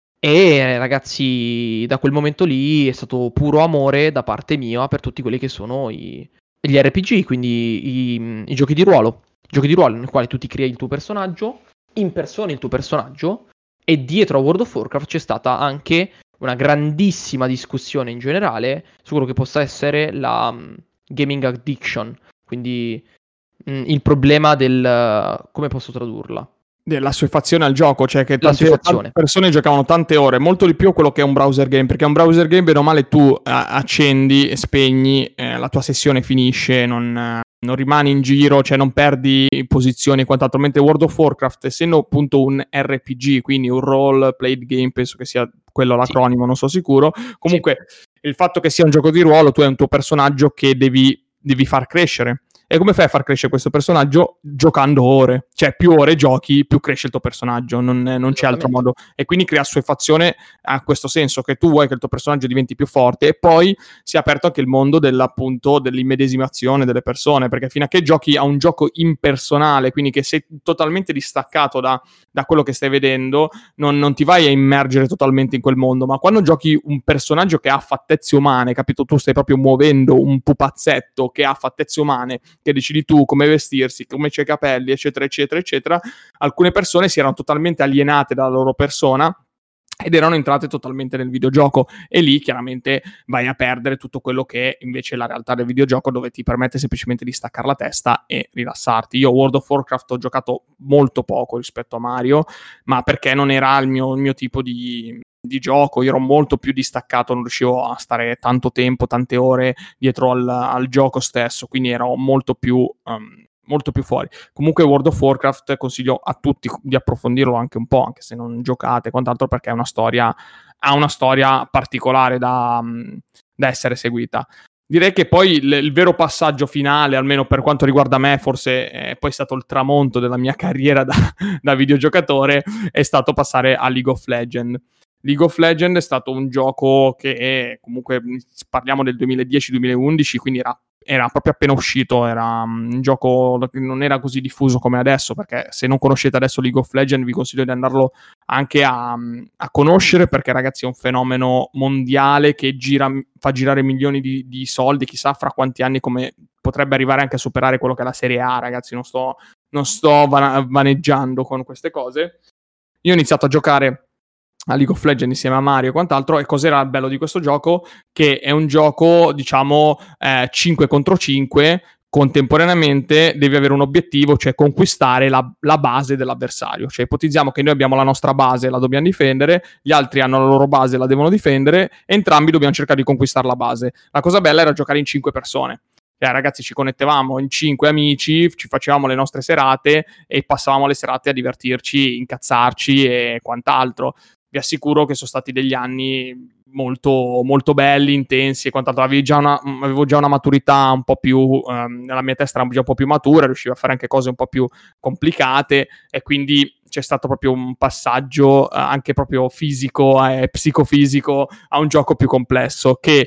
E ragazzi, da quel momento lì è stato puro amore da parte mia per tutti quelli che sono i, gli R P G, quindi i, i giochi di ruolo. Giochi di ruolo nei quali tu ti crei il tuo personaggio, impersoni il tuo personaggio, e dietro a World of Warcraft c'è stata anche una grandissima discussione in generale su quello che possa essere la um, gaming addiction, quindi mh, il problema del... Uh, come posso tradurla? Della assuefazione al gioco, cioè che tante, tante persone giocavano tante ore, molto di più quello che è un browser game, perché un browser game bene o male tu a- accendi e spegni, eh, la tua sessione finisce, non, eh, non rimani in giro, cioè non perdi posizioni e quant'altro, mentre World of Warcraft, essendo appunto un R P G, quindi un role played game, penso che sia quello l'acronimo, sì. Non so sicuro, comunque sì. Il fatto che sia un gioco di ruolo, tu hai un tuo personaggio che devi, devi far crescere. E come fai a far crescere questo personaggio? Giocando ore. Cioè, più ore giochi, più cresce il tuo personaggio. Non, non c'è altro modo. E quindi crea assuefazione a questo senso, che tu vuoi che il tuo personaggio diventi più forte. E poi si è aperto anche il mondo dell'appunto dell'immedesimazione delle persone. Perché fino a che giochi a un gioco impersonale, quindi che sei totalmente distaccato da, da quello che stai vedendo, non, non ti vai a immergere totalmente in quel mondo. Ma quando giochi un personaggio che ha fattezze umane, capito? Tu stai proprio muovendo un pupazzetto che ha fattezze umane, che decidi tu come vestirsi, come c'è i capelli, eccetera, eccetera, eccetera, alcune persone si erano totalmente alienate dalla loro persona ed erano entrate totalmente nel videogioco, e lì chiaramente vai a perdere tutto quello che è invece la realtà del videogioco, dove ti permette semplicemente di staccare la testa e rilassarti. Io World of Warcraft ho giocato molto poco rispetto a Mario, ma perché non era il mio, il mio tipo di... di gioco, io ero molto più distaccato, non riuscivo a stare tanto tempo, tante ore dietro al, al gioco stesso, quindi ero molto più um, molto più fuori. Comunque World of Warcraft consiglio a tutti di approfondirlo anche un po', anche se non giocate quant'altro, perché è una storia, ha una storia particolare da, da essere seguita. Direi che poi il, il vero passaggio finale, almeno per quanto riguarda me, forse è poi stato il tramonto della mia carriera da, da videogiocatore, è stato passare a League of Legends. League of Legends è stato un gioco che è, comunque parliamo del duemiladieci duemilaundici, quindi era, era proprio appena uscito, era un gioco che non era così diffuso come adesso, perché se non conoscete adesso League of Legends vi consiglio di andarlo anche a, a conoscere, perché ragazzi è un fenomeno mondiale che gira, fa girare milioni di, di soldi, chissà fra quanti anni come potrebbe arrivare anche a superare quello che è la Serie A, ragazzi, non sto, non sto vaneggiando con queste cose. Io ho iniziato a giocare a League of Legends insieme a Mario e quant'altro, e cos'era il bello di questo gioco? Che è un gioco, diciamo, eh, cinque contro cinque, contemporaneamente devi avere un obiettivo, cioè conquistare la, la base dell'avversario. Cioè ipotizziamo che noi abbiamo la nostra base, la dobbiamo difendere, gli altri hanno la loro base, la devono difendere, e entrambi dobbiamo cercare di conquistare la base. La cosa bella era giocare in cinque persone. Cioè, ragazzi, ci connettevamo in cinque amici, ci facevamo le nostre serate e passavamo le serate a divertirci, incazzarci e quant'altro. Vi assicuro che sono stati degli anni molto, molto belli, intensi e quant'altro. Avevo già una, avevo già una maturità un po' più, ehm, nella mia testa era già un po' più matura, riuscivo a fare anche cose un po' più complicate, e quindi c'è stato proprio un passaggio eh, anche proprio fisico e eh, psicofisico a un gioco più complesso, che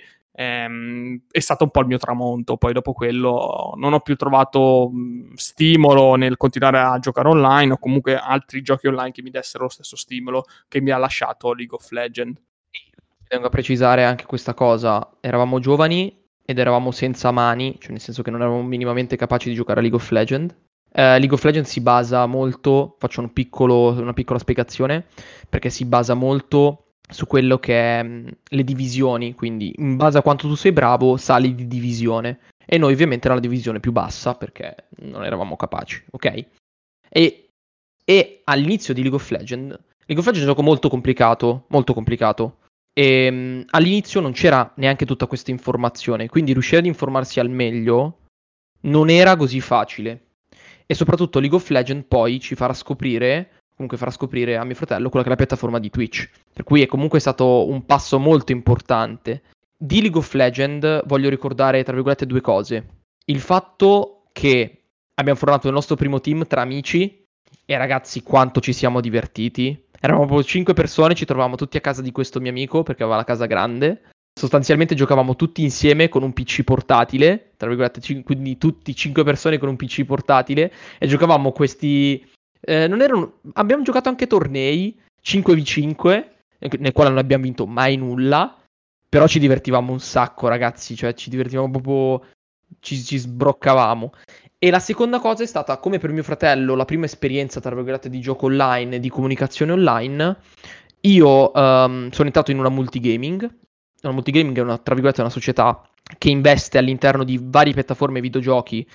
ehm, è stato un po' il mio tramonto. Poi dopo quello non ho più trovato mh, stimolo nel continuare a giocare online, o comunque altri giochi online che mi dessero lo stesso stimolo che mi ha lasciato League of Legends. Tengo a precisare anche questa cosa: eravamo giovani ed eravamo senza mani, cioè nel senso che non eravamo minimamente capaci di giocare a League of Legends. eh, League of Legends si basa molto, faccio un piccolo, una piccola spiegazione, perché si basa molto su quello che è mh, le divisioni, quindi in base a quanto tu sei bravo sali di divisione, e noi ovviamente era la divisione più bassa perché non eravamo capaci, ok? E, e all'inizio di League of Legends, League of Legends è un gioco molto complicato, molto complicato, e mh, all'inizio non c'era neanche tutta questa informazione, quindi riuscire ad informarsi al meglio non era così facile. E soprattutto League of Legends poi ci farà scoprire, comunque farà scoprire a mio fratello quella che è la piattaforma di Twitch. Per cui è comunque stato un passo molto importante. Di League of Legends voglio ricordare, tra virgolette, due cose. Il fatto che abbiamo formato il nostro primo team tra amici e ragazzi quanto ci siamo divertiti. Eravamo proprio cinque persone, ci trovavamo tutti a casa di questo mio amico perché aveva la casa grande. Sostanzialmente giocavamo tutti insieme con un P C portatile, tra virgolette, cin- quindi tutti cinque persone con un P C portatile, e giocavamo questi... eh, non erano... Abbiamo giocato anche tornei cinque contro cinque, eh, nel quale non abbiamo vinto mai nulla, però ci divertivamo un sacco, ragazzi, cioè ci divertivamo proprio... ci, ci sbroccavamo. E la seconda cosa è stata, come per mio fratello, la prima esperienza, tra virgolette, di gioco online, di comunicazione online. Io ehm, sono entrato in una multigaming. Una multigaming è una, tra virgolette, una società che investe all'interno di varie piattaforme videogiochi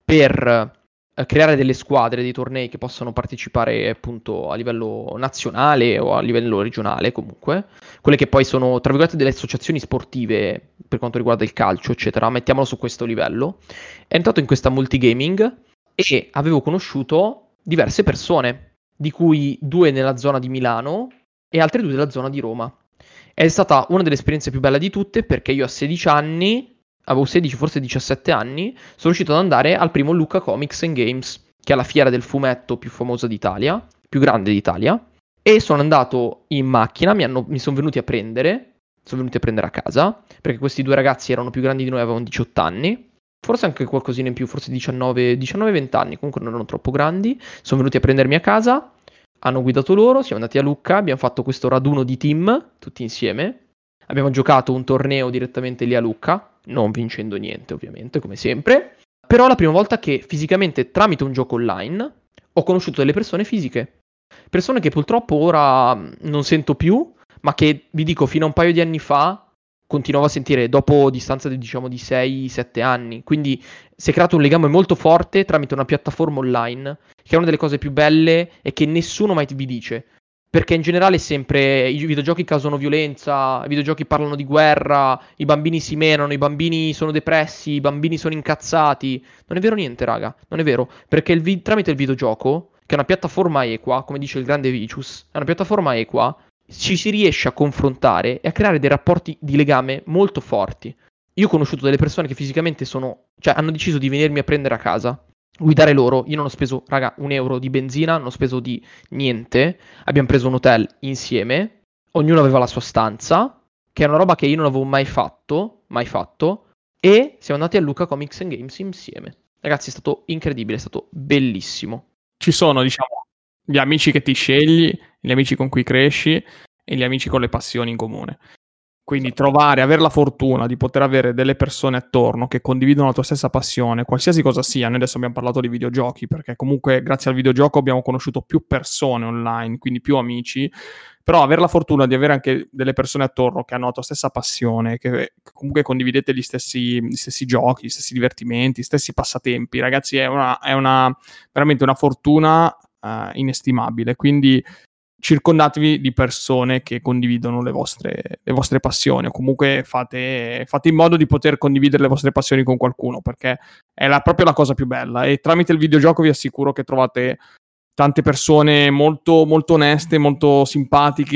per eh, creare delle squadre, dei tornei che possano partecipare appunto a livello nazionale o a livello regionale comunque. Quelle che poi sono, tra virgolette, delle associazioni sportive per quanto riguarda il calcio, eccetera. Mettiamolo su questo livello. È entrato in questa multigaming e avevo conosciuto diverse persone, di cui due nella zona di Milano e altre due nella zona di Roma. È stata una delle esperienze più belle di tutte perché io a sedici anni, avevo sedici, forse diciassette anni, sono riuscito ad andare al primo Lucca Comics and Games, che è la fiera del fumetto più famosa d'Italia, più grande d'Italia, e sono andato in macchina, mi, hanno, mi sono venuti a prendere, sono venuti a prendere a casa, perché questi due ragazzi erano più grandi di noi, avevano diciotto anni, forse anche qualcosina in più, forse diciannove venti anni, comunque non erano troppo grandi, sono venuti a prendermi a casa. Hanno guidato loro, siamo andati a Lucca, abbiamo fatto questo raduno di team, tutti insieme. Abbiamo giocato un torneo direttamente lì a Lucca, non vincendo niente ovviamente, come sempre. Però è la prima volta che fisicamente, tramite un gioco online, ho conosciuto delle persone fisiche. Persone che purtroppo ora non sento più, ma che, vi dico, fino a un paio di anni fa continuavo a sentire dopo distanza di, diciamo, di sei sette anni. Quindi si è creato un legame molto forte tramite una piattaforma online, che è una delle cose più belle e che nessuno mai vi dice. Perché in generale sempre i videogiochi causano violenza, i videogiochi parlano di guerra, i bambini si menano, i bambini sono depressi, i bambini sono incazzati. Non è vero niente, raga, non è vero. Perché il vi- tramite il videogioco, che è una piattaforma equa, come dice il grande Vicious, è una piattaforma equa, ci si riesce a confrontare e a creare dei rapporti di legame molto forti. Io ho conosciuto delle persone che fisicamente sono, cioè hanno deciso di venirmi a prendere a casa, guidare loro. Io non ho speso, raga, un euro di benzina, non ho speso di niente. Abbiamo preso un hotel insieme, ognuno aveva la sua stanza, che è una roba che io non avevo mai fatto, mai fatto, e siamo andati a Lucca Comics and Games insieme. Ragazzi, è stato incredibile, è stato bellissimo. Ci sono, diciamo, gli amici che ti scegli, gli amici con cui cresci e gli amici con le passioni in comune. Quindi Esatto. trovare, avere la fortuna di poter avere delle persone attorno che condividono la tua stessa passione, qualsiasi cosa sia. Noi adesso abbiamo parlato di videogiochi, perché comunque grazie al videogioco abbiamo conosciuto più persone online, quindi più amici, però avere la fortuna di avere anche delle persone attorno che hanno la tua stessa passione, che comunque condividete gli stessi, gli stessi giochi, gli stessi divertimenti, gli stessi passatempi, ragazzi, è una, è una veramente una fortuna uh, inestimabile. Quindi circondatevi di persone che condividono le vostre, le vostre passioni, o comunque fate, fate in modo di poter condividere le vostre passioni con qualcuno, perché è la, proprio la cosa più bella. E tramite il videogioco vi assicuro che trovate tante persone molto, molto oneste, molto simpatiche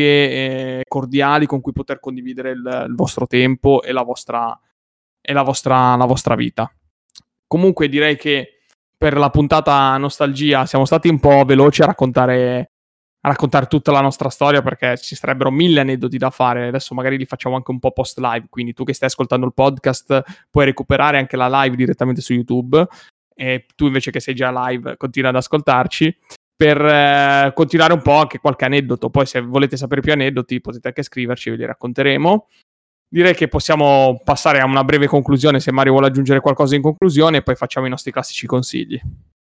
e cordiali con cui poter condividere il, il vostro tempo e la vostra, e la vostra, la vostra vita. Comunque direi che per la puntata nostalgia siamo stati un po' veloci a raccontare a raccontare tutta la nostra storia, perché ci sarebbero mille aneddoti da fare. Adesso magari li facciamo anche un po' post live, quindi tu che stai ascoltando il podcast puoi recuperare anche la live direttamente su YouTube, e tu invece che sei già live continua ad ascoltarci per eh, continuare un po' anche qualche aneddoto. Poi se volete sapere più aneddoti potete anche scriverci, ve li racconteremo. Direi che possiamo passare a una breve conclusione, se Mario vuole aggiungere qualcosa in conclusione, e poi facciamo i nostri classici consigli.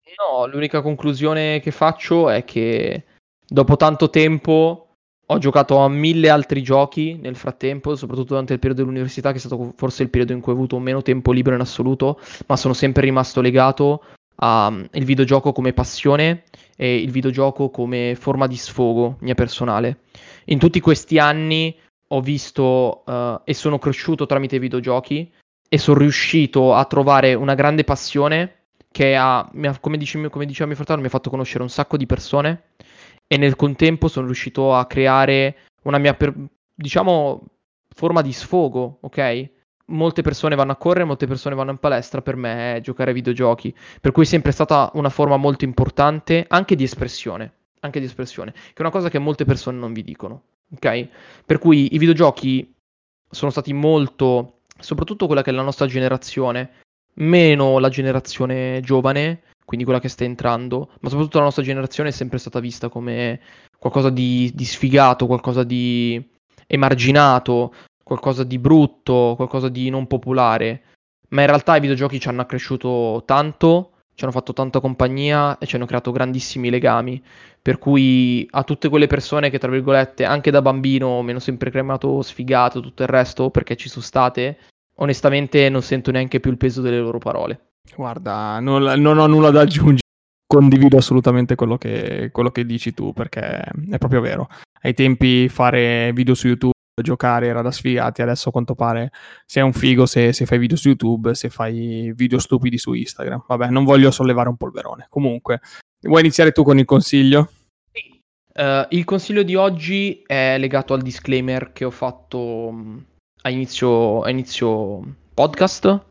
No, l'unica conclusione che faccio è che dopo tanto tempo ho giocato a mille altri giochi nel frattempo, soprattutto durante il periodo dell'università, che è stato forse il periodo in cui ho avuto meno tempo libero in assoluto, ma sono sempre rimasto legato al videogioco come passione e il videogioco come forma di sfogo mia personale. In tutti questi anni ho visto uh, e sono cresciuto tramite i videogiochi e sono riuscito a trovare una grande passione che ha, mi ha- come, dice, come diceva mio fratello, mi ha fatto conoscere un sacco di persone e nel contempo sono riuscito a creare una mia, per- diciamo, forma di sfogo, ok? Molte persone vanno a correre, molte persone vanno in palestra, per me è giocare ai videogiochi, per cui è sempre stata una forma molto importante anche di espressione, anche di espressione, che è una cosa che molte persone non vi dicono, ok? Per cui i videogiochi sono stati molto, soprattutto quella che è la nostra generazione, meno la generazione giovane, quindi quella che sta entrando, ma soprattutto la nostra generazione è sempre stata vista come qualcosa di, di sfigato, qualcosa di emarginato, qualcosa di brutto, qualcosa di non popolare. Ma in realtà i videogiochi ci hanno accresciuto tanto, ci hanno fatto tanta compagnia e ci hanno creato grandissimi legami. Per cui a tutte quelle persone che, tra virgolette, anche da bambino mi hanno sempre cremato sfigato, tutto il resto, perché ci sono state, onestamente non sento neanche più il peso delle loro parole. Guarda, non, non ho nulla da aggiungere. Condivido assolutamente quello che, quello che dici tu, perché è proprio vero. Ai tempi fare video su YouTube, giocare era da sfigati, adesso a quanto pare sei un figo se, se fai video su YouTube, se fai video stupidi su Instagram. Vabbè, non voglio sollevare un polverone. Comunque, vuoi iniziare tu con il consiglio? Sì. Uh, il consiglio di oggi è legato al disclaimer che ho fatto mh, a inizio, a inizio podcast,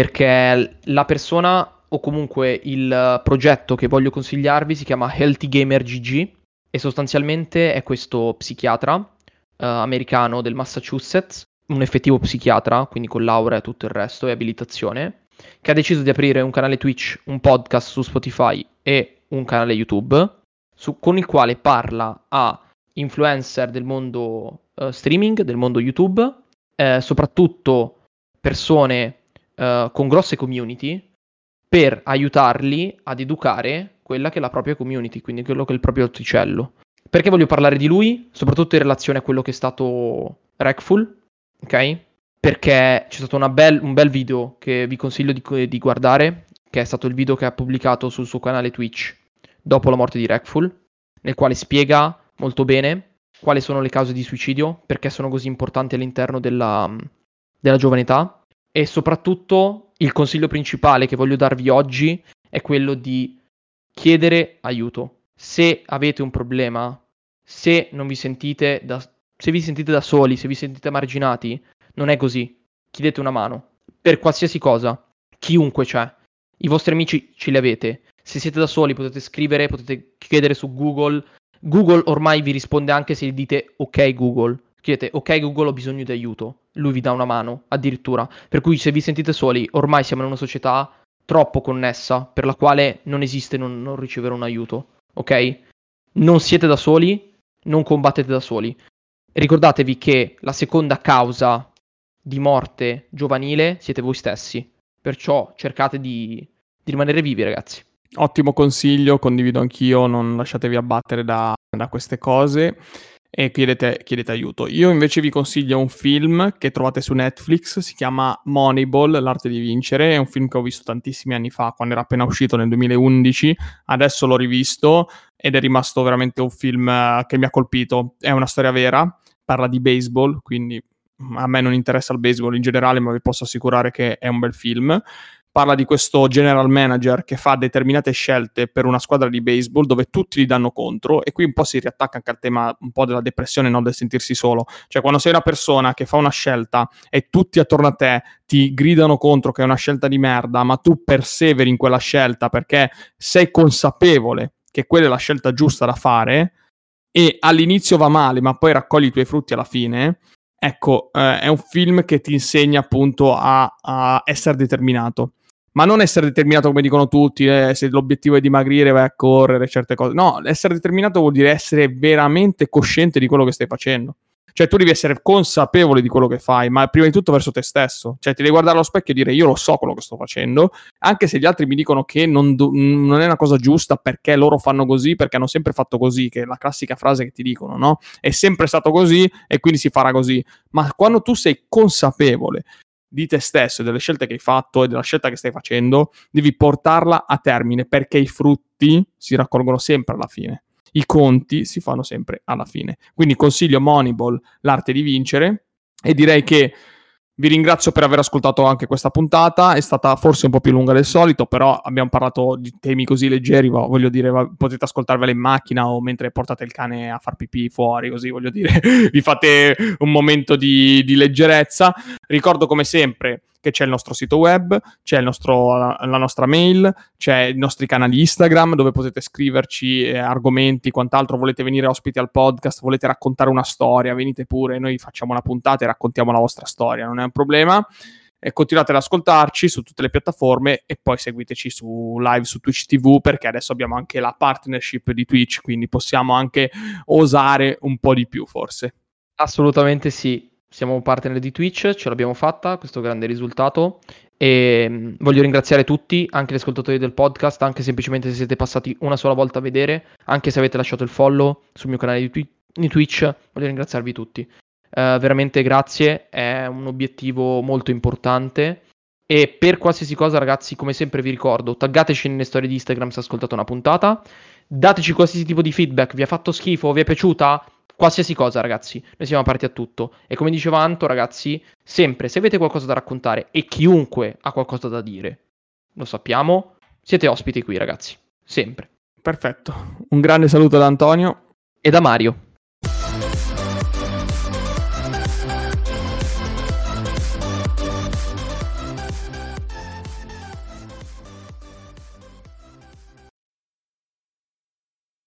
perché la persona o comunque il progetto che voglio consigliarvi si chiama Healthy Gamer G G e sostanzialmente è questo psichiatra uh, americano del Massachusetts, un effettivo psichiatra, quindi con laurea e tutto il resto e abilitazione, che ha deciso di aprire un canale Twitch, un podcast su Spotify e un canale YouTube, su, con il quale parla a influencer del mondo uh, streaming, del mondo YouTube, eh, soprattutto persone uh, con grosse community, per aiutarli ad educare quella che è la propria community, quindi quello che è il proprio orticello. Perché voglio parlare di lui? Soprattutto in relazione a quello che è stato Wreckful, ok? Perché c'è stato una bel, un bel video che vi consiglio di, di guardare, che è stato il video che ha pubblicato sul suo canale Twitch dopo la morte di Wreckful, nel quale spiega molto bene quali sono le cause di suicidio, perché sono così importanti all'interno della, della giovane età, e soprattutto il consiglio principale che voglio darvi oggi è quello di chiedere aiuto. Se avete un problema, se non vi sentite da, se vi sentite da soli, se vi sentite marginati, non è così. Chiedete una mano per qualsiasi cosa. Chiunque c'è. I vostri amici ce li avete. Se siete da soli potete scrivere, potete chiedere su Google. Google ormai vi risponde anche se gli dite ok Google. Chiedete ok Google, ho bisogno di aiuto. Lui vi dà una mano, addirittura. Per cui se vi sentite soli, ormai siamo in una società troppo connessa, per la quale non esiste non, non ricevere un aiuto. Ok? Non siete da soli, non combattete da soli. Ricordatevi che la seconda causa di morte giovanile siete voi stessi. Perciò cercate di, di rimanere vivi, ragazzi. Ottimo consiglio, condivido anch'io, non lasciatevi abbattere da, da queste cose e chiedete, chiedete aiuto. Io invece vi consiglio un film che trovate su Netflix, si chiama Moneyball, l'arte di vincere, è un film che ho visto tantissimi anni fa, quando era appena uscito nel duemilaundici, adesso l'ho rivisto ed è rimasto veramente un film che mi ha colpito, è una storia vera, parla di baseball, quindi a me non interessa il baseball in generale, ma vi posso assicurare che è un bel film. Parla di questo general manager che fa determinate scelte per una squadra di baseball dove tutti gli danno contro, e qui un po' si riattacca anche al tema un po' della depressione, non del sentirsi solo. Cioè, quando sei una persona che fa una scelta e tutti attorno a te ti gridano contro che è una scelta di merda, ma tu perseveri in quella scelta perché sei consapevole che quella è la scelta giusta da fare e all'inizio va male, ma poi raccogli i tuoi frutti alla fine. Ecco, eh, è un film che ti insegna appunto a, a essere determinato. Ma non essere determinato come dicono tutti, eh, se l'obiettivo è dimagrire vai a correre, certe cose. No, essere determinato vuol dire essere veramente cosciente di quello che stai facendo. Cioè tu devi essere consapevole di quello che fai, ma prima di tutto verso te stesso. Cioè ti devi guardare allo specchio e dire io lo so quello che sto facendo, anche se gli altri mi dicono che non, do- non è una cosa giusta perché loro fanno così, perché hanno sempre fatto così, che è la classica frase che ti dicono, no? È sempre stato così e quindi si farà così. Ma quando tu sei consapevole di te stesso e delle scelte che hai fatto e della scelta che stai facendo, devi portarla a termine, perché i frutti si raccolgono sempre alla fine. I conti si fanno sempre alla fine. Quindi consiglio Moneyball, l'arte di vincere, e direi che vi ringrazio per aver ascoltato anche questa puntata. È stata forse un po' più lunga del solito, però abbiamo parlato di temi così leggeri, voglio dire, potete ascoltarvela in macchina o mentre portate il cane a far pipì fuori, così voglio dire, vi fate un momento di, di leggerezza. Ricordo come sempre che c'è il nostro sito web, c'è il nostro, la nostra mail, c'è i nostri canali Instagram dove potete scriverci eh, argomenti, quant'altro, volete venire ospiti al podcast, volete raccontare una storia, venite pure, noi facciamo una puntata e raccontiamo la vostra storia, non è un problema. E continuate ad ascoltarci su tutte le piattaforme e poi seguiteci su live su Twitch T V, perché adesso abbiamo anche la partnership di Twitch, quindi possiamo anche osare un po' di più forse. Assolutamente sì. Siamo un partner di Twitch, ce l'abbiamo fatta, questo grande risultato, e mh, voglio ringraziare tutti, anche gli ascoltatori del podcast, anche semplicemente se siete passati una sola volta a vedere, anche se avete lasciato il follow sul mio canale di, twi- di Twitch, voglio ringraziarvi tutti. Eh, veramente grazie, è un obiettivo molto importante, e per qualsiasi cosa ragazzi, come sempre vi ricordo, taggateci nelle storie di Instagram se ascoltate una puntata, dateci qualsiasi tipo di feedback, vi ha fatto schifo, vi è piaciuta? Qualsiasi cosa, ragazzi, noi siamo aperti a tutto. E come diceva Anto, ragazzi, sempre, se avete qualcosa da raccontare e chiunque ha qualcosa da dire, lo sappiamo, siete ospiti qui, ragazzi. Sempre. Perfetto. Un grande saluto da Antonio E da Mario.